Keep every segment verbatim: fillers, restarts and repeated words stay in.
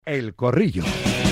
El Corrillo.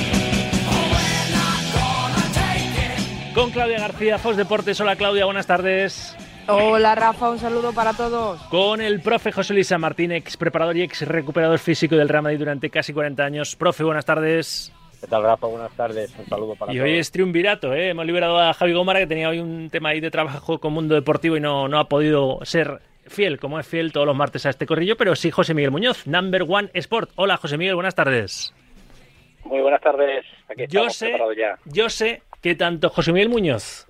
Con Claudia García, Fox Deportes. Hola Claudia, buenas tardes. Hola Rafa, un saludo para todos. Con el profe José Luis San Martín, ex preparador y ex recuperador físico del Real Madrid durante casi cuarenta años. Profe, buenas tardes. ¿Qué tal, Rafa? Buenas tardes. Un saludo para y todos. Y hoy es triunvirato, ¿eh? Hemos liberado a Javi Gómara, que tenía hoy un tema ahí de trabajo con Mundo Deportivo y no, no ha podido ser fiel, como es fiel todos los martes a este corrillo, pero sí José Miguel Muñoz, Number One Sport. Hola José Miguel, buenas tardes. Muy buenas tardes. Aquí yo estamos sé, preparados ya. Yo sé que tanto José Miguel Muñoz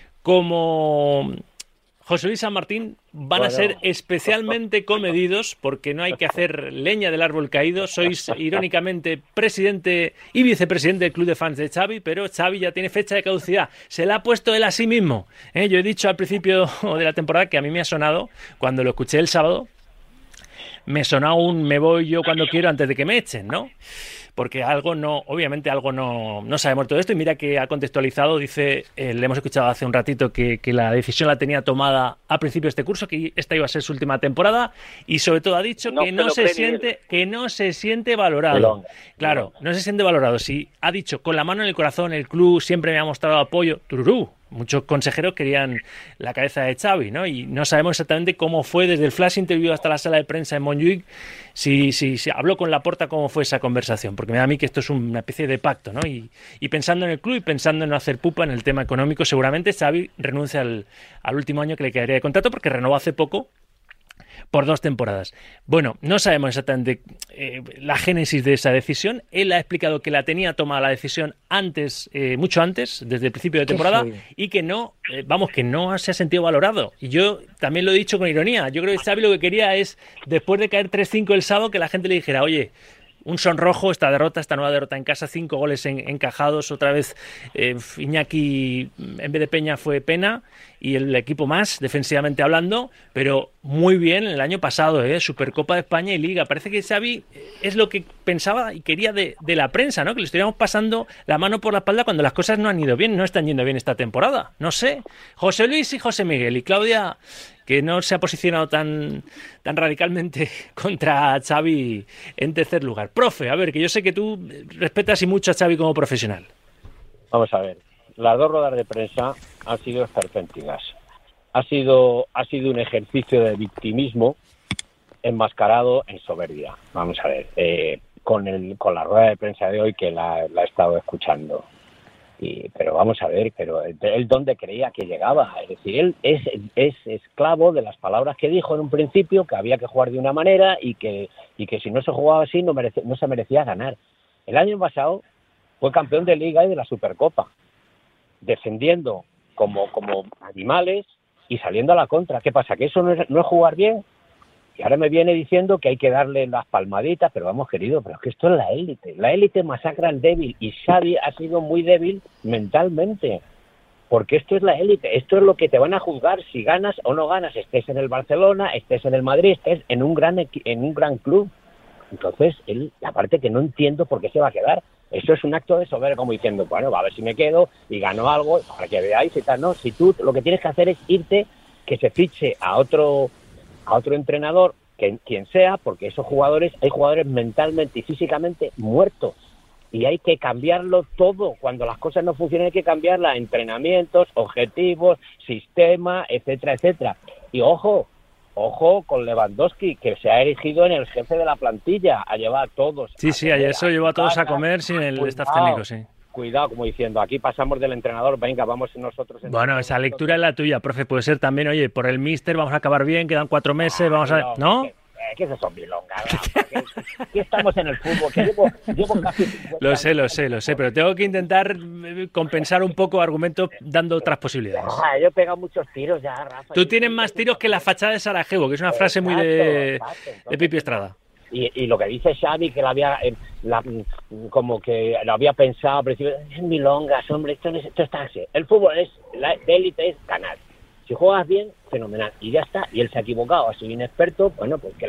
como José Luis San Martín van bueno. a ser especialmente comedidos porque no hay que hacer leña del árbol caído. Sois irónicamente presidente y vicepresidente del club de fans de Xavi, pero Xavi ya tiene fecha de caducidad. Se la ha puesto él a sí mismo. ¿Eh? Yo he dicho al principio de la temporada que a mí me ha sonado, cuando lo escuché el sábado, me sonó un me voy yo cuando quiero antes de que me echen, ¿no? Porque algo no, obviamente algo no, no sabemos todo esto, y mira que ha contextualizado, dice, eh, le hemos escuchado hace un ratito que, que la decisión la tenía tomada a principio de este curso, que esta iba a ser su última temporada, y sobre todo ha dicho no que no se siente, que no se siente valorado. Claro, no se siente valorado. Si ha dicho con la mano en el corazón, el club siempre me ha mostrado apoyo, tururú. Muchos consejeros querían la cabeza de Xavi, ¿no? Y no sabemos exactamente cómo fue desde el flash interview hasta la sala de prensa en Montjuic, si, si, si habló con Laporta, cómo fue esa conversación, porque me da a mí que esto es una especie de pacto, ¿no? Y, y pensando en el club y pensando en no hacer pupa en el tema económico, seguramente Xavi renuncia al, al último año que le quedaría de contrato, porque renovó hace poco por dos temporadas. Bueno, no sabemos exactamente eh, la génesis de esa decisión. Él ha explicado que la tenía tomada la decisión antes, eh, mucho antes, desde el principio de temporada, y que no, eh, vamos, que no se ha sentido valorado. Y yo también lo he dicho con ironía. Yo creo que Xavi lo que quería es, después de caer tres cinco el sábado, que la gente le dijera, oye, un sonrojo esta derrota, esta nueva derrota en casa, cinco goles en, encajados, otra vez eh, Iñaki en vez de Peña fue Pena y el equipo más, defensivamente hablando, pero muy bien el año pasado, ¿eh? Supercopa de España y Liga. Parece que Xavi es lo que pensaba y quería de, de la prensa, ¿no? Que le estuviéramos pasando la mano por la espalda cuando las cosas no han ido bien, no están yendo bien esta temporada, no sé. José Luis y José Miguel y Claudia, que no se ha posicionado tan, tan radicalmente contra Xavi en tercer lugar. Profe, a ver, que yo sé que tú respetas y mucho a Xavi como profesional. Vamos a ver, las dos ruedas de prensa han sido esperpénticas. Ha sido, ha sido un ejercicio de victimismo enmascarado en soberbia. Vamos a ver, eh, con, el, con la rueda de prensa de hoy que la, la he estado escuchando. Y, pero vamos a ver, pero él dónde creía que llegaba, es decir, él es, es esclavo de las palabras que dijo en un principio, que había que jugar de una manera y que, y que si no se jugaba así no, merece, no se merecía ganar. El año pasado fue campeón de Liga y de la Supercopa, defendiendo como, como animales y saliendo a la contra. ¿Qué pasa? ¿Que eso no es, no es jugar bien? Y ahora me viene diciendo que hay que darle las palmaditas, pero vamos, querido, pero es que esto es la élite. La élite masacra al débil y Xavi ha sido muy débil mentalmente, porque esto es la élite, esto es lo que te van a juzgar si ganas o no ganas, estés en el Barcelona, estés en el Madrid, estés en un gran en un gran club. Entonces, él, la parte que no entiendo por qué se va a quedar, eso es un acto de soberbia, como diciendo, bueno, va a ver si me quedo y gano algo, para que veáis y tal. No, si tú lo que tienes que hacer es irte, que se fiche a otro... a otro entrenador, que, quien sea, porque esos jugadores, hay jugadores mentalmente y físicamente muertos y hay que cambiarlo todo. Cuando las cosas no funcionan hay que cambiarlas, entrenamientos, objetivos, sistema, etcétera, etcétera. Y ojo, ojo con Lewandowski, que se ha erigido en el jefe de la plantilla, a llevar a todos. Sí, a sí, ayer eso llevó a todos a comer sin el cuidado, staff técnico, sí. Cuidado, como diciendo, aquí pasamos del entrenador, venga, vamos nosotros. Bueno, esa lectura es la tuya, profe, puede ser también, oye, por el míster vamos a acabar bien, quedan cuatro meses, ah, vamos a... No, ¿no? ¿Qué, qué es eso, milonga? Aquí estamos en el fútbol, que llevo, llevo casi Lo sé, lo sé, lo sé, pero tengo que intentar compensar un poco argumentos dando otras posibilidades. Ah, yo he pegado muchos tiros ya, Rafa. Tú tienes más tiros que la fachada de Sarajevo, que es una frase muy de, exacto, entonces, de Pipi Estrada. Y, y lo que dice Xavi, que la había eh, la, como que lo había pensado al principio, es milongas, hombre, esto, es, esto está así. El fútbol es, la élite es ganar. Si juegas bien, fenomenal. Y ya está, y él se ha equivocado, ha sido inexperto, bueno, pues ¿qué le vamos a hacer?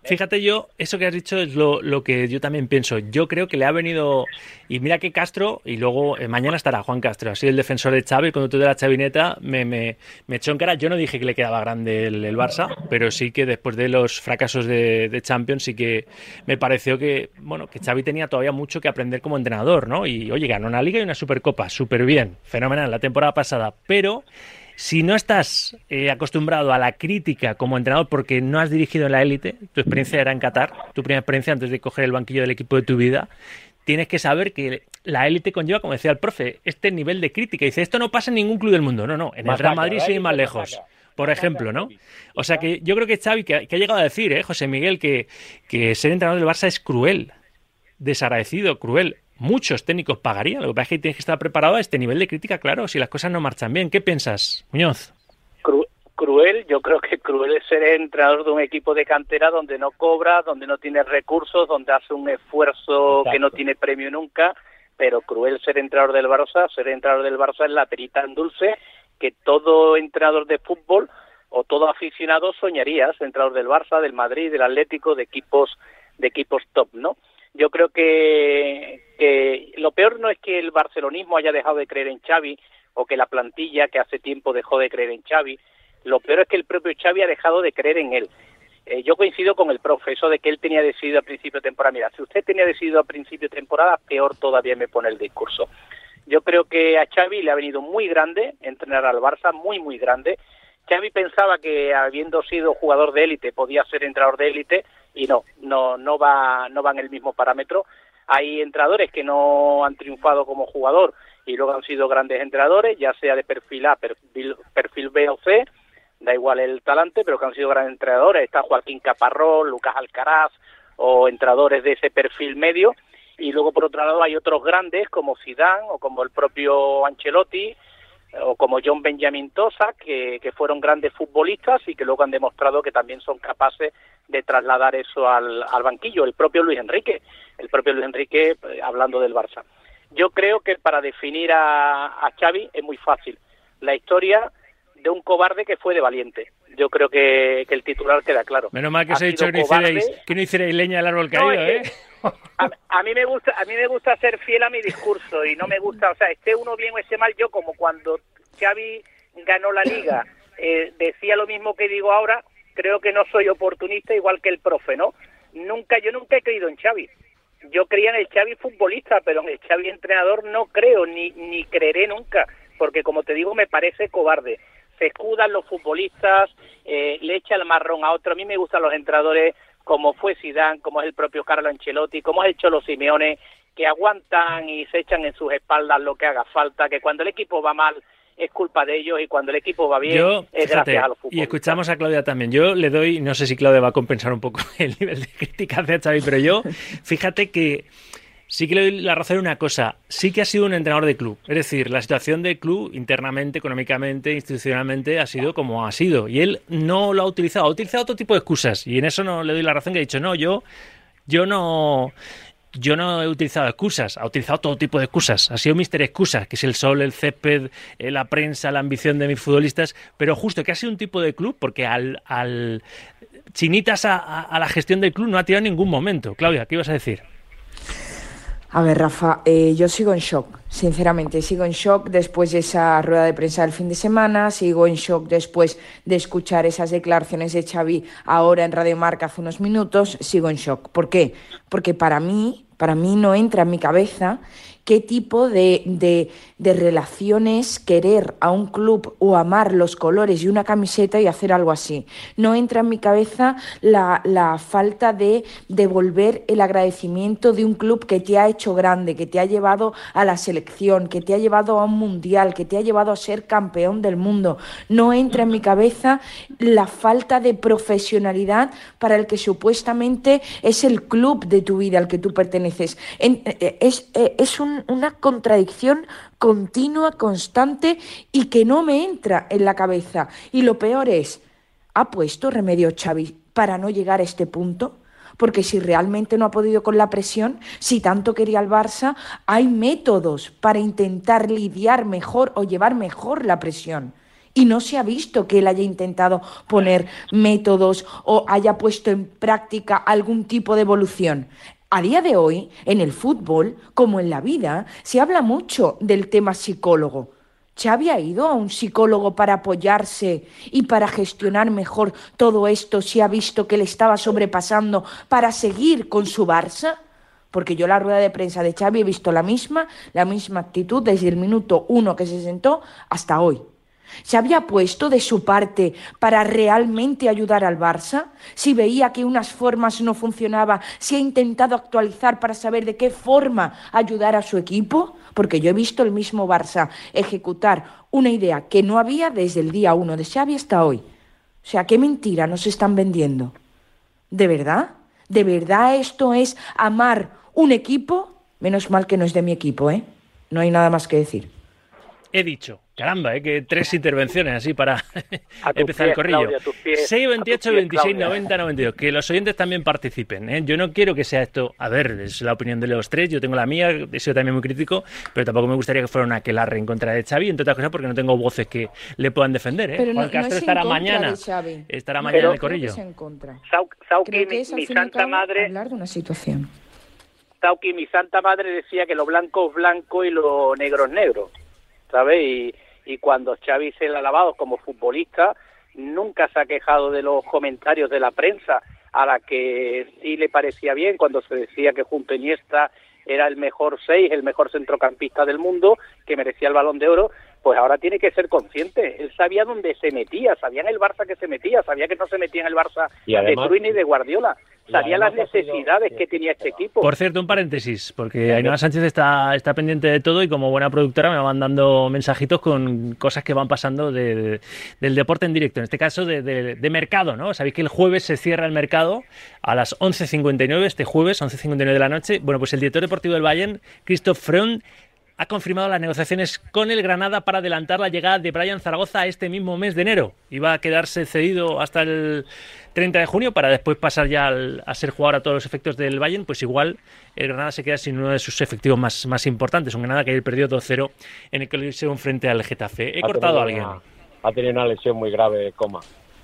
fíjate yo, eso que has dicho es lo, lo que yo también pienso. Yo creo que le ha venido, y mira que Castro, y luego eh, mañana estará Juan Castro, ha sido el defensor de Xavi, cuando tú de la chavineta me, me, me echó en cara. Yo no dije que le quedaba grande el, el Barça, pero sí que después de los fracasos de, de Champions sí que me pareció que, bueno, que Xavi tenía todavía mucho que aprender como entrenador, ¿no? Y oye, ganó una Liga y una Supercopa, súper bien, fenomenal, la temporada pasada, pero si no estás eh, acostumbrado a la crítica como entrenador porque no has dirigido en la élite, tu experiencia era en Qatar, tu primera experiencia antes de coger el banquillo del equipo de tu vida, tienes que saber que la élite conlleva, como decía el profe, este nivel de crítica. Y dice, esto no pasa en ningún club del mundo. No, no, en el Real Madrid sin ir más lejos, por ejemplo, ¿no? O sea que yo creo que Xavi, que ha, que ha llegado a decir, ¿eh, José Miguel, que, que ser entrenador del Barça es cruel, desagradecido, cruel. Muchos técnicos pagarían, lo que pasa es que tienes que estar preparado a este nivel de crítica, claro, si las cosas no marchan bien. ¿Qué piensas, Muñoz? Cru- cruel, yo creo que cruel es ser entrenador de un equipo de cantera donde no cobra, donde no tiene recursos, donde hace un esfuerzo Exacto. que no tiene premio nunca, pero cruel ser entrenador del Barça, ser entrenador del Barça es la perita en dulce que todo entrenador de fútbol o todo aficionado soñaría, ser entrenador del Barça, del Madrid, del Atlético, de equipos de equipos top, ¿no? Yo creo que, que lo peor no es que el barcelonismo haya dejado de creer en Xavi o que la plantilla que hace tiempo dejó de creer en Xavi. Lo peor es que el propio Xavi ha dejado de creer en él. Eh, yo coincido con el profe, eso de que él tenía decidido a principio de temporada. Mira, si usted tenía decidido a principio de temporada, peor todavía me pone el discurso. Yo creo que a Xavi le ha venido muy grande entrenar al Barça, muy, muy grande. Xavi pensaba que habiendo sido jugador de élite podía ser entrenador de élite y no, no, no va, no va en el mismo parámetro. Hay entrenadores que no han triunfado como jugador y luego han sido grandes entrenadores, ya sea de perfil A, perfil, perfil B o C, da igual el talante, pero que han sido grandes entrenadores. Está Joaquín Caparrós, Lucas Alcaraz o entrenadores de ese perfil medio. Y luego por otro lado hay otros grandes como Zidane o como el propio Ancelotti o como John Benjamin Tosa, que, que fueron grandes futbolistas y que luego han demostrado que también son capaces de trasladar eso al, al banquillo. El propio Luis Enrique, el propio Luis Enrique, eh, hablando del Barça. Yo creo que para definir a, a Xavi es muy fácil. La historia de un cobarde que fue de valiente. Yo creo que, que el titular queda claro. Menos mal que os he dicho que no, hicierais, que no hicierais leña del árbol caído, no, ¿eh? A, a mí me gusta, a mí me gusta ser fiel a mi discurso y no me gusta, o sea, esté uno bien o esté mal. Yo como cuando Xavi ganó la Liga eh, decía lo mismo que digo ahora, creo que no soy oportunista igual que el profe, ¿no? Nunca, yo nunca he creído en Xavi. Yo creía en el Xavi futbolista, pero en el Xavi entrenador no creo, ni ni creeré nunca, porque como te digo, me parece cobarde. Se escudan los futbolistas, eh, le echa el marrón a otro. A mí me gustan los entrenadores como fue Zidane, como es el propio Carlo Ancelotti, como es el Cholo Simeone, que aguantan y se echan en sus espaldas lo que haga falta, que cuando el equipo va mal es culpa de ellos y cuando el equipo va bien Yo, es fíjate, gracias a los futbolistas. Y escuchamos a Claudia también. Yo le doy, no sé si Claudia va a compensar un poco el nivel de crítica hacia Xavi, pero yo, fíjate que sí que le doy la razón en una cosa. Sí que ha sido un entrenador de club. Es decir, la situación del club internamente, económicamente, institucionalmente ha sido como ha sido. Y él no lo ha utilizado. Ha utilizado otro tipo de excusas. Y en eso no le doy la razón, que ha dicho, no, yo, yo no... Yo no he utilizado excusas, ha utilizado todo tipo de excusas. Ha sido míster Excusas, que es el sol, el césped, la prensa, la ambición de mis futbolistas, pero justo que ha sido un tipo de club, porque al, al chinitas a, a, a la gestión del club no ha tirado en ningún momento. Claudia, ¿qué ibas a decir? A ver, Rafa, eh, yo sigo en shock, sinceramente, sigo en shock después de esa rueda de prensa del fin de semana, sigo en shock después de escuchar esas declaraciones de Xavi ahora en Radio Marca hace unos minutos, sigo en shock. ¿Por qué? Porque para mí, para mí no entra en mi cabeza qué tipo de, de, de relaciones querer a un club o amar los colores y una camiseta y hacer algo así. No entra en mi cabeza la, la falta de devolver el agradecimiento de un club que te ha hecho grande, que te ha llevado a la selección, que te ha llevado a un mundial, que te ha llevado a ser campeón del mundo. No entra en mi cabeza la falta de profesionalidad para el que supuestamente es el club de tu vida al que tú perteneces. En, es, es un una contradicción continua, constante y que no me entra en la cabeza. Y lo peor es, ¿ha puesto remedio Xavi para no llegar a este punto? Porque si realmente no ha podido con la presión, si tanto quería el Barça, hay métodos para intentar lidiar mejor o llevar mejor la presión. Y no se ha visto que él haya intentado poner métodos o haya puesto en práctica algún tipo de evolución. A día de hoy, en el fútbol, como en la vida, se habla mucho del tema psicólogo. ¿Xavi ha ido a un psicólogo para apoyarse y para gestionar mejor todo esto si ha visto que le estaba sobrepasando para seguir con su Barça? Porque yo la rueda de prensa de Xavi he visto la misma, la misma actitud desde el minuto uno que se sentó hasta hoy. ¿Se había puesto de su parte para realmente ayudar al Barça? Si veía que unas formas no funcionaban, ¿si ha intentado actualizar para saber de qué forma ayudar a su equipo? Porque yo he visto el mismo Barça ejecutar una idea que no había desde el día uno de Xavi hasta hoy. O sea, ¿qué mentira nos están vendiendo? ¿De verdad? ¿De verdad esto es amar un equipo? Menos mal que no es de mi equipo, ¿eh? No hay nada más que decir. He dicho, caramba, ¿eh? Que tres intervenciones así para empezar pies, el corrillo. Claudia, seis veintiocho, pies, veintiséis, Claudia. noventa, noventa y dos. Que los oyentes también participen, ¿eh? Yo no quiero que sea esto, a ver, es la opinión de los tres, yo tengo la mía, he sido también muy crítico, pero tampoco me gustaría que fuera una aquelarre en contra de Xavi, entre otras cosas porque no tengo voces que le puedan defender, ¿eh? Pero Juan no, Castro no es estará en contra mañana, de Xavi. estará No, mañana pero en el creo que corrillo. es en contra. Sau- Sauki, Creo que mi, es, al mi fin y al santa cabo, madre, hablar de una situación. Sauki, mi santa madre decía que lo blanco es blanco y lo negro es negro, ¿sabes? Y, y cuando Xavi se la ha lavado como futbolista, nunca se ha quejado de los comentarios de la prensa, a la que sí le parecía bien cuando se decía que junto a Iniesta era el mejor seis, el mejor centrocampista del mundo, que merecía el Balón de Oro. Pues ahora tiene que ser consciente. Él sabía dónde se metía, sabía en el Barça que se metía, sabía que no se metía en el Barça Y además- de Cruyff ni de Guardiola. y Sabía las además ha sido- necesidades sí, que tenía este equipo. Por cierto, un paréntesis, porque Ainhoa Sánchez está, está pendiente de todo y como buena productora me va mandando mensajitos con cosas que van pasando de, de- del deporte en directo, en este caso de, de- de mercado, ¿no? Sabéis que el jueves se cierra el mercado a las once cincuenta y nueve, este jueves, once cincuenta y nueve de la noche. Bueno, pues el director deportivo del Bayern, Christoph Freund, ha confirmado las negociaciones con el Granada para adelantar la llegada de Brian Zaragoza este mismo mes de enero. Iba a quedarse cedido hasta el treinta de junio para después pasar ya al, a ser jugador a todos los efectos del Bayern. Pues igual el Granada se queda sin uno de sus efectivos más, más importantes. Un Granada que ayer perdió dos cero en el Coliseum frente al Getafe. He Ha cortado a tenido alguien. una- ha tenido una lesión muy grave de coma.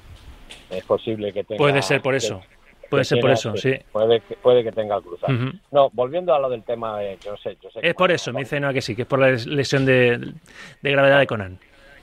Es posible que tenga... Puede ser por que- eso. Puede que ser por tiene- eso, sí. Puede, que- puede que tenga el cruzado. Ujú. No, volviendo a lo del tema de... Yo sé, yo sé que Es por no, eso, no, me dice no que sí, que es por la lesión de, de gravedad de Conan.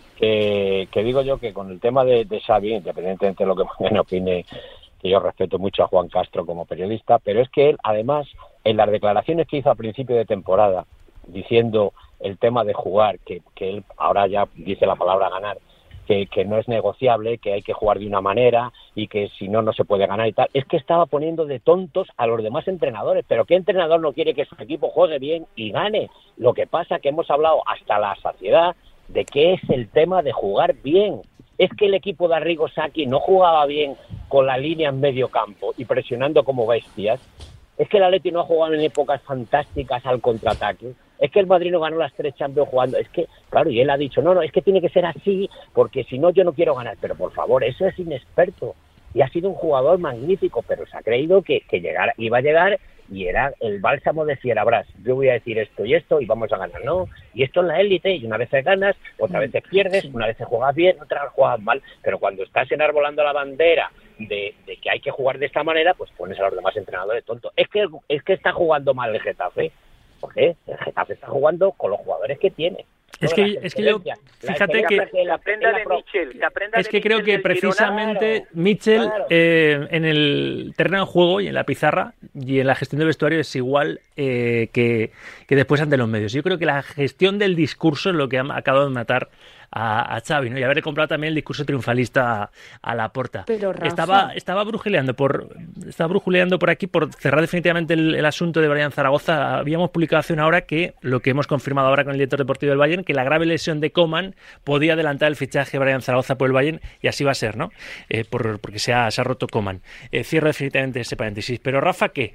que, que digo yo que con el tema de, de Xavi, independientemente de lo que mañana opine, que yo respeto mucho a Juan Castro como periodista, pero es que él, además, en las declaraciones que hizo a principio de temporada, diciendo el tema de jugar, que, que él ahora ya dice la palabra ganar, que, que no es negociable, que hay que jugar de una manera y que si no, no se puede ganar y tal, es que estaba poniendo de tontos a los demás entrenadores. Pero ¿qué entrenador no quiere que su equipo juegue bien y gane? Lo que pasa que hemos hablado hasta la saciedad de qué es el tema de jugar bien. Es que el equipo de Arrigo Sacchi no jugaba bien con la línea en medio campo y presionando como bestias. Es que el Atleti no ha jugado en épocas fantásticas al contraataque. Es que el Madrid no ganó las tres Champions jugando. Es que, claro, y él ha dicho, no, no, es que tiene que ser así, porque si no yo no quiero ganar. Pero por favor, eso es inexperto. Y ha sido un jugador magnífico, pero se ha creído que, que llegar, iba a llegar y era el bálsamo de Fierabras. Yo voy a decir esto y esto y vamos a ganar, ¿no? Y esto en la élite, y una vez te ganas, otra vez te pierdes, una vez te juegas bien, otra vez juegas mal. Pero cuando estás enarbolando la bandera de, de que hay que jugar de esta manera, pues pones a los demás entrenadores tontos. Es que, es que está jugando mal el Getafe. ¿Por qué? El Getafe está jugando con los jugadores que tiene. Es que, es que yo, fíjate que... Que aprenda de Michel, que aprenda Es de que creo Michel que del Girona. precisamente Claro, Michel claro. eh, en el terreno de juego y en la pizarra y en la gestión del vestuario es igual eh, que, que después ante los medios. Yo creo que la gestión del discurso es lo que ha acabado de matar a, a Xavi, ¿no? Y haberle comprado también el discurso triunfalista a, a Laporta. Pero, Rafa... Estaba, estaba brujuleando por estaba brujuleando por aquí por cerrar definitivamente el, el asunto de Brian Zaragoza. Habíamos publicado hace una hora que lo que hemos confirmado ahora con el director deportivo del Bayern, que la grave lesión de Coman podía adelantar el fichaje de Brian Zaragoza por el Bayern, y así va a ser, ¿no? Eh, por, porque se ha, se ha roto Coman. Eh, cierro definitivamente ese paréntesis. Pero Rafa, ¿qué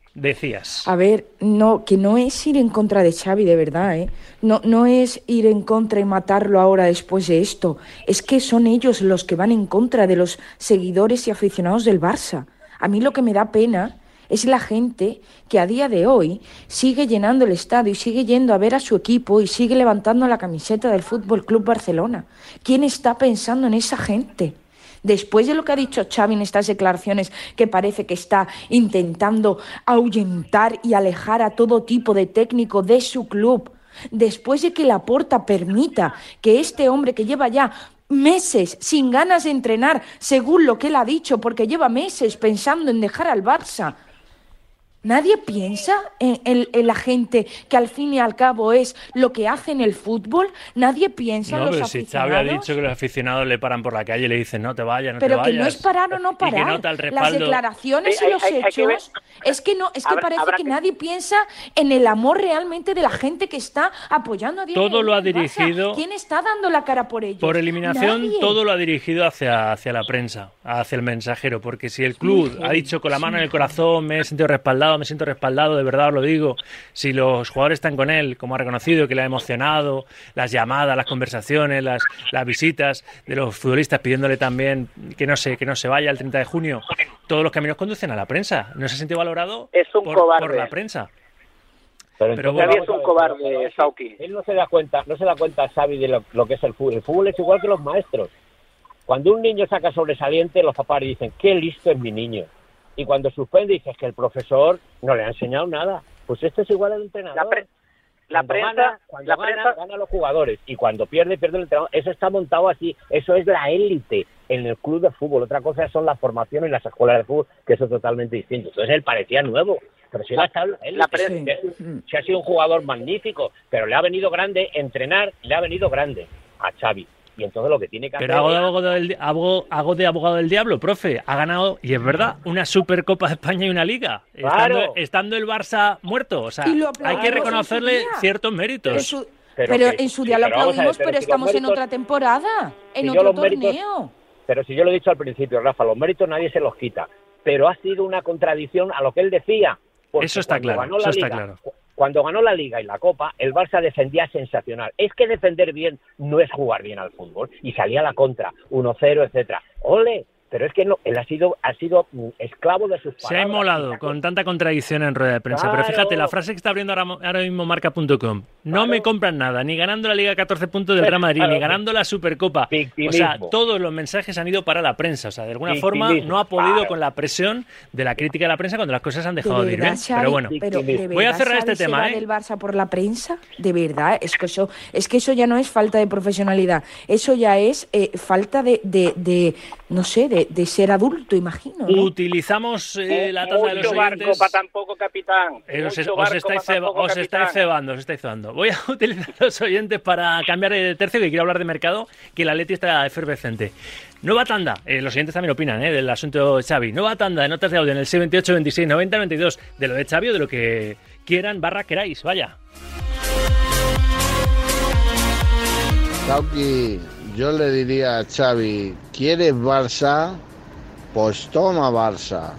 decías? A ver, no, que no es ir en contra de Xavi, de verdad, ¿eh? No, no es ir en contra y matarlo ahora después de esto. Es que son ellos los que van en contra de los seguidores y aficionados del Barça. A mí lo que me da pena es la gente que a día de hoy sigue llenando el estadio y sigue yendo a ver a su equipo y sigue levantando la camiseta del Fútbol Club Barcelona. ¿Quién está pensando en esa gente? Después de lo que ha dicho Xavi en estas declaraciones, que parece que está intentando ahuyentar y alejar a todo tipo de técnico de su club, después de que Laporta permita que este hombre que lleva ya meses sin ganas de entrenar, según lo que él ha dicho, porque lleva meses pensando en dejar al Barça, ¿nadie piensa en, en, en la gente que al fin y al cabo es lo que hace en el fútbol? ¿Nadie piensa en no, los pero aficionados? Si Xavi ha dicho que los aficionados le paran por la calle y le dicen no te vayas, no pero te vayas. Pero que no es parar o no parar. Nota el Las declaraciones sí, y los hay, hay, hechos hay que es que no, es que habrá, parece habrá que, que nadie piensa en el amor realmente de la gente que está apoyando a día todo de hoy lo ha al Barça. dirigido. ¿Quién está dando la cara por ellos? Por eliminación, Nadie. todo lo ha dirigido hacia, hacia la prensa, hacia el mensajero, porque si el club Sí, ha dicho con la sí. mano en el corazón, me he sentido respaldado, me siento respaldado, de verdad os lo digo, si los jugadores están con él, como ha reconocido, que le ha emocionado, las llamadas, las conversaciones, las, las visitas de los futbolistas pidiéndole también que no se, que no se vaya el treinta de junio, todos los caminos conducen a la prensa. No se ha sentido valorado es un por, cobarde. por la prensa. Pero, Pero entonces, Xavi es vamos a un ver, cobarde, pero Sauki. Él no se da cuenta, no se da cuenta, Xavi, de lo, lo que es el fútbol. El fútbol es igual que los maestros. Cuando un niño saca sobresaliente, los papás dicen, qué listo es mi niño. Y cuando suspende, dices que el profesor no le ha enseñado nada. Pues esto es igual al entrenador. La, pre la cuando prensa, gana, cuando la gana, prensa... gana a los jugadores. Y cuando pierde, pierde el entrenador. Eso está montado así. Eso es la élite en el club de fútbol. Otra cosa son las formaciones y las escuelas de fútbol, que eso es totalmente distinto. Entonces él parecía nuevo. Pero si él ha estado en la prensa, si ha sido un jugador magnífico, pero le ha venido grande entrenar, le ha venido grande a Xavi. Y entonces lo que tiene que Pero hacer... hago de abogado, del, hago, hago de abogado del diablo, profe. Ha ganado, y es verdad, una Supercopa de España y una Liga. Claro. Estando, estando el Barça muerto. O sea, Y lo hay que aplaudimos reconocerle en su día. ciertos Pero, méritos. su- Pero pero que- en su sí, día lo pero vamos a ver, aplaudimos, pero pero si los estamos en méritos- otra temporada, en si yo otro los méritos- torneo. Pero si yo lo he dicho al principio, Rafa, los méritos nadie se los quita. Pero ha sido una contradicción a lo que él decía. Porque Eso está cuando claro, ganó la eso está Liga- claro. Cuando ganó la Liga y la Copa, el Barça defendía sensacional. Es que defender bien no es jugar bien al fútbol. Y salía a la contra, uno cero, etcétera. ¡Ole! Pero es que no, él ha sido, ha sido mm, esclavo de sus palabras. Se ha inmolado con tanta contradicción en rueda de prensa. Claro. Pero fíjate, la frase que está abriendo ahora, ahora mismo marca punto com. No Claro. me compran nada, ni ganando la Liga catorce puntos del Real Madrid, Claro. ni ganando la Supercopa. Victimismo. O sea, todos los mensajes han ido para la prensa. O sea, de alguna Victimismo. forma no ha podido Claro. con la presión de la crítica de la prensa cuando las cosas han ¿De dejado de ir verdad, bien. Xavi? Pero bueno, Pero, ¿de voy a verdad cerrar Xavi este se tema, va ¿eh? del Barça por la prensa? De verdad, es que eso, es que eso ya no es falta de profesionalidad, eso ya es eh, falta de, de, de, no sé, de, de ser adulto, imagino, ¿no? Utilizamos eh, la tanda de los Mucho barco oyentes. para tan poco capitán. Eh, os, Mucho os barco estáis, pa' tan ceba- poco os estáis capitán. cebando, os estáis cebando. Voy a utilizar los oyentes para cambiar de tercio, que quiero hablar de mercado, que el Atleti está efervescente. Nueva tanda, eh, los oyentes también opinan eh, del asunto de Xavi. Nueva tanda de notas de audio en el seis veintiocho, veintiséis, noventa, noventa y dos, de lo de Xavi o de lo que quieran barra queráis, vaya. Sauki, yo le diría a Xavi, ¿quieres Barça? Pues toma Barça.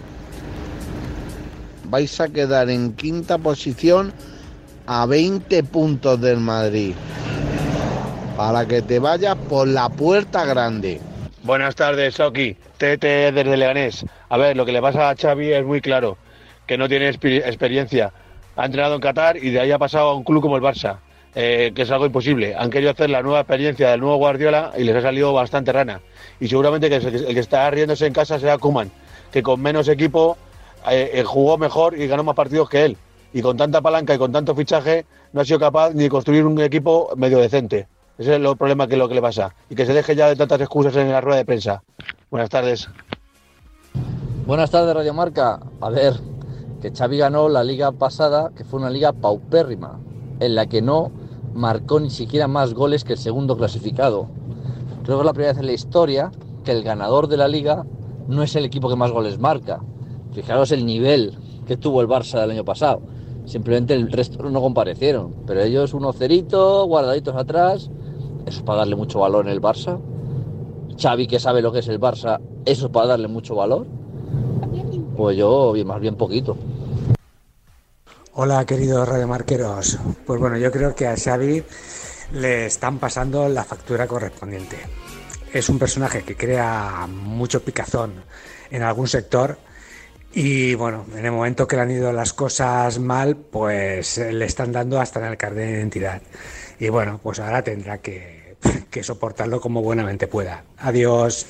Vais a quedar en quinta posición a veinte puntos del Madrid. Para que te vayas por la puerta grande. Buenas tardes, Sauki. T T desde Leganés. A ver, lo que le pasa a Xavi es muy claro, que no tiene exper- experiencia. Ha entrenado en Qatar y de ahí ha pasado a un club como el Barça, eh, que es algo imposible. Han querido hacer la nueva experiencia del nuevo Guardiola y les ha salido bastante rana. Y seguramente que el que está riéndose en casa será Koeman, que con menos equipo eh, eh, jugó mejor y ganó más partidos que él. Y con tanta palanca y con tanto fichaje no ha sido capaz ni de construir un equipo medio decente. Ese es el problema que es lo que le pasa. Y que se deje ya de tantas excusas en la rueda de prensa. Buenas tardes. Buenas tardes, Radio Marca. A ver, que Xavi ganó la liga pasada, que fue una liga paupérrima, en la que no marcó ni siquiera más goles que el segundo clasificado. Creo que es la primera vez en la historia que el ganador de la liga no es el equipo que más goles marca. Fijaros el nivel que tuvo el Barça el año pasado. Simplemente el resto no comparecieron, pero ellos uno cerito, guardaditos atrás. Eso es para darle mucho valor en el Barça. Xavi, que sabe lo que es el Barça, eso es para darle mucho valor. Pues yo, bien, más bien poquito. Hola, queridos radiomarqueros. Pues bueno, yo creo que a Xavi le están pasando la factura correspondiente. Es un personaje que crea mucho picazón en algún sector Y bueno, en el momento que le han ido las cosas mal, pues le están dando hasta en el carnet de identidad. Y bueno, pues ahora tendrá que, que soportarlo como buenamente pueda. Adiós.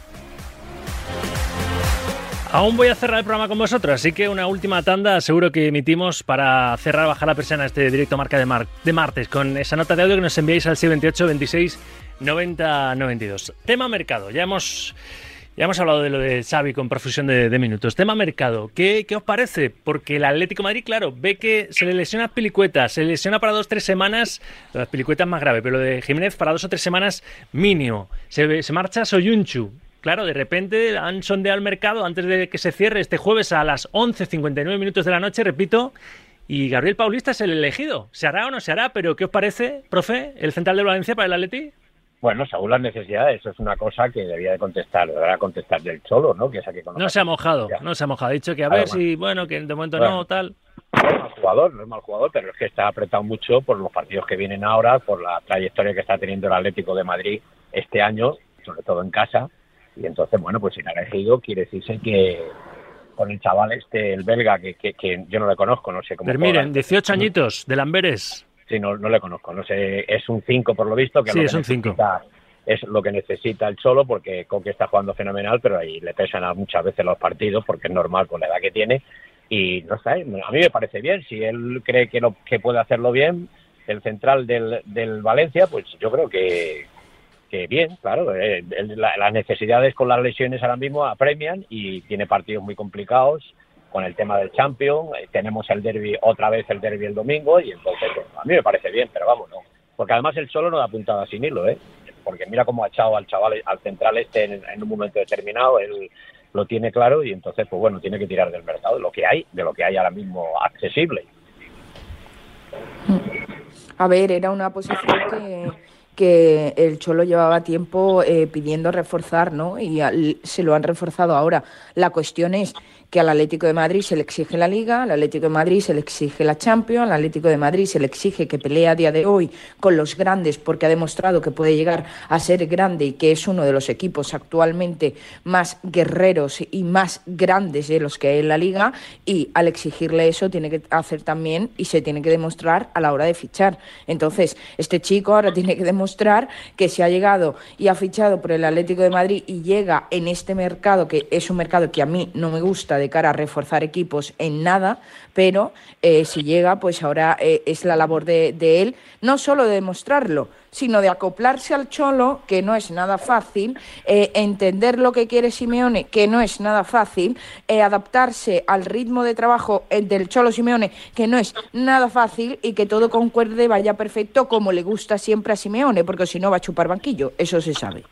Aún voy a cerrar el programa con vosotros, así que una última tanda seguro que emitimos para cerrar, bajar la persiana este directo marca de, mar- de martes, con esa nota de audio que nos enviáis al seis veintiocho, veintiséis, noventa, noventa y dos. Tema mercado, ya hemos... Ya hemos hablado de lo de Xavi con profusión de, de minutos. Tema mercado, ¿qué, ¿qué os parece? Porque el Atlético de Madrid, claro, ve que se le lesiona Pilicueta, se le lesiona para dos o tres semanas, las Pilicuetas más grave, pero lo de Jiménez para dos o tres semanas mínimo. Se, se marcha Soyuncu. Claro, de repente han sondeado el mercado antes de que se cierre este jueves a las once cincuenta y nueve minutos de la noche, repito, y Gabriel Paulista es el elegido. ¿Se hará o no se hará? Pero ¿qué os parece, profe, el central de Valencia para el Atleti? Bueno, según las necesidades, eso es una cosa que debía de contestar, deberá contestar del Cholo, ¿no? Que es a que no se ha mojado, ya. no se ha mojado. Ha dicho que a ver Además, si, bueno, que de momento bueno, no, tal. No es mal jugador, no es mal jugador, pero es que está apretado mucho por los partidos que vienen ahora, por la trayectoria que está teniendo el Atlético de Madrid este año, sobre todo en casa. Y entonces, bueno, pues si no ha elegido, quiere decirse que con el chaval este, el belga, que, que, que yo no le conozco, no sé cómo... Pero miren, dieciocho añitos, de Lamberes... Sí, no, no le conozco, no sé, es un cinco por lo visto, que, sí, es, lo que es un cinco. Es lo que necesita el Cholo, porque Coque está jugando fenomenal, pero ahí le pesan a muchas veces los partidos, porque es normal con la edad que tiene, y no sé, a mí me parece bien, si él cree que, lo, que puede hacerlo bien, el central del, del Valencia, pues yo creo que, que bien, claro, eh, la, las necesidades con las lesiones ahora mismo apremian, y tiene partidos muy complicados, con el tema del Champions, eh, tenemos el derbi, otra vez el derbi el domingo, y entonces pues, a mí me parece bien, pero vamos, no. Porque además el Cholo no da puntada sin hilo, ¿eh? Porque mira cómo ha echado al chaval, al central este en, en un momento determinado, él lo tiene claro, y entonces, pues bueno, tiene que tirar del mercado, de lo que hay, de lo que hay ahora mismo accesible. A ver, era una posición que... que el Cholo llevaba tiempo eh, pidiendo reforzar, ¿no? Y al, se lo han reforzado ahora. La cuestión es que al Atlético de Madrid se le exige la Liga, al Atlético de Madrid se le exige la Champions, al Atlético de Madrid se le exige que pelee a día de hoy con los grandes, porque ha demostrado que puede llegar a ser grande y que es uno de los equipos actualmente más guerreros y más grandes de los que hay en la Liga, y al exigirle eso tiene que hacer también y se tiene que demostrar a la hora de fichar. Entonces, este chico ahora tiene que demostrar que si ha llegado y ha fichado por el Atlético de Madrid y llega en este mercado, que es un mercado que a mí no me gusta de cara a reforzar equipos en nada, pero eh, si llega, pues ahora eh, es la labor de, de él, no solo de demostrarlo, sino de acoplarse al Cholo, que no es nada fácil, eh, entender lo que quiere Simeone, que no es nada fácil, eh, adaptarse al ritmo de trabajo del Cholo Simeone, que no es nada fácil, y que todo concuerde, vaya perfecto, como le gusta siempre a Simeone, porque si no va a chupar banquillo, eso se sabe.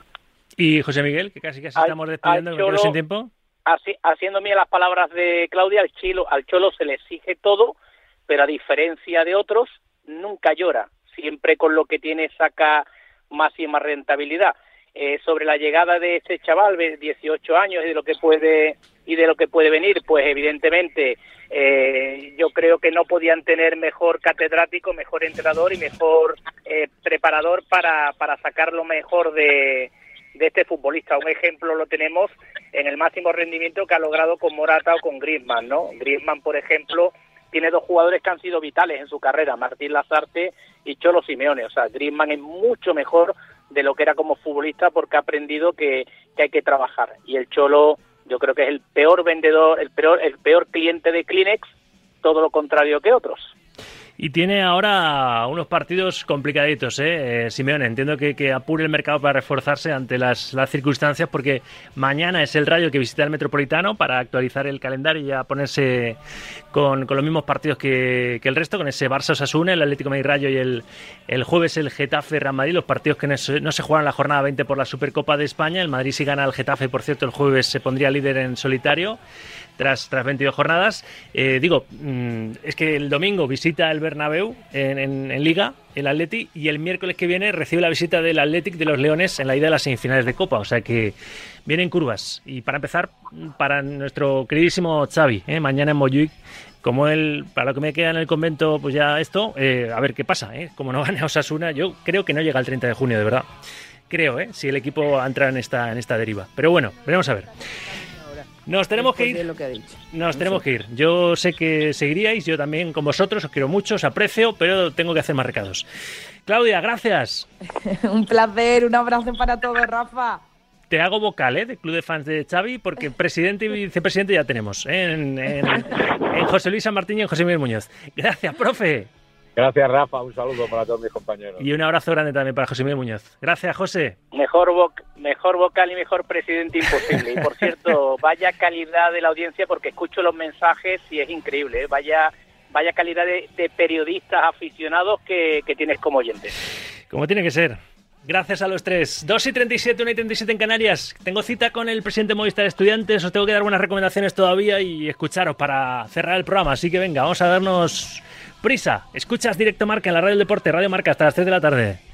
Y José Miguel, que casi casi al, estamos despidiendo, que me quedo sin tiempo. Así, haciendo mías las palabras de Claudia, al Chilo, al Cholo se le exige todo, pero a diferencia de otros, nunca llora. Siempre con lo que tiene saca máxima rentabilidad. Eh, sobre la llegada de este chaval de dieciocho años y de lo que puede y de lo que puede venir, pues evidentemente eh, yo creo que no podían tener mejor catedrático, mejor entrenador y mejor eh, preparador para, para sacar lo mejor de, de este futbolista. Un ejemplo lo tenemos en el máximo rendimiento que ha logrado con Morata o con Griezmann, ¿no? Griezmann, por ejemplo, tiene dos jugadores que han sido vitales en su carrera, Martín Lazarte y Cholo Simeone. O sea, Griezmann es mucho mejor de lo que era como futbolista porque ha aprendido que, que hay que trabajar. Y el Cholo, yo creo que es el peor vendedor, el peor, el peor cliente de Kleenex, todo lo contrario que otros. Y tiene ahora unos partidos complicaditos, ¿eh? eh Simeone, entiendo que, que apure el mercado para reforzarse ante las, las circunstancias, porque mañana es el Rayo que visita el Metropolitano para actualizar el calendario y ya ponerse con, con los mismos partidos que, que el resto, con ese Barça-Osasuna, el Atlético de Madrid Rayo, y el, el jueves el Getafe-Real Madrid, los partidos que no se, no se juegan en la jornada veinte por la Supercopa de España. El Madrid, si gana al Getafe, por cierto, el jueves se pondría líder en solitario tras, tras veintidós jornadas. Eh, digo, mmm, es que el domingo visita el Bernabéu en, en, en Liga, el Atleti, y el miércoles que viene recibe la visita del Athletic de los Leones en la ida de las semifinales de Copa, o sea que vienen curvas. Y para empezar, para nuestro queridísimo Xavi, ¿eh? mañana en Montjuic, como él, para lo que me queda en el convento, pues ya esto, eh, a ver qué pasa, ¿eh? Como no gane a Osasuna, yo creo que no llega el treinta de junio, de verdad. Creo, ¿eh? Si el equipo entra en esta, en esta deriva. Pero bueno, veremos a ver. Nos tenemos que ir. De lo que ha dicho. Nos No tenemos sé. que ir. Yo sé que seguiríais, yo también con vosotros, os quiero mucho, os aprecio, pero tengo que hacer más recados. Claudia, gracias. Un placer, un abrazo para todos, Rafa. Te hago vocal, ¿eh? De Club de Fans de Xavi, porque presidente y vicepresidente ya tenemos, ¿eh? en, en, en José Luis San Martín y en José Miguel Muñoz. Gracias, profe. Gracias, Rafa. Un saludo para todos mis compañeros. Y un abrazo grande también para José Miguel Muñoz. Gracias, José. Mejor, voc- mejor vocal y mejor presidente imposible. Y por cierto, vaya calidad de la audiencia, porque escucho los mensajes y es increíble, ¿eh? Vaya, vaya calidad de, de periodistas aficionados que, que tienes como oyentes. Como tiene que ser. Gracias a los tres. dos y treinta y siete, una y treinta y siete en Canarias. Tengo cita con el presidente de Movistar Estudiantes. Os tengo que dar unas recomendaciones todavía y escucharos para cerrar el programa. Así que venga, vamos a darnos prisa. Escuchas Directo Marca en la Radio del Deporte, Radio Marca, hasta las tres de la tarde.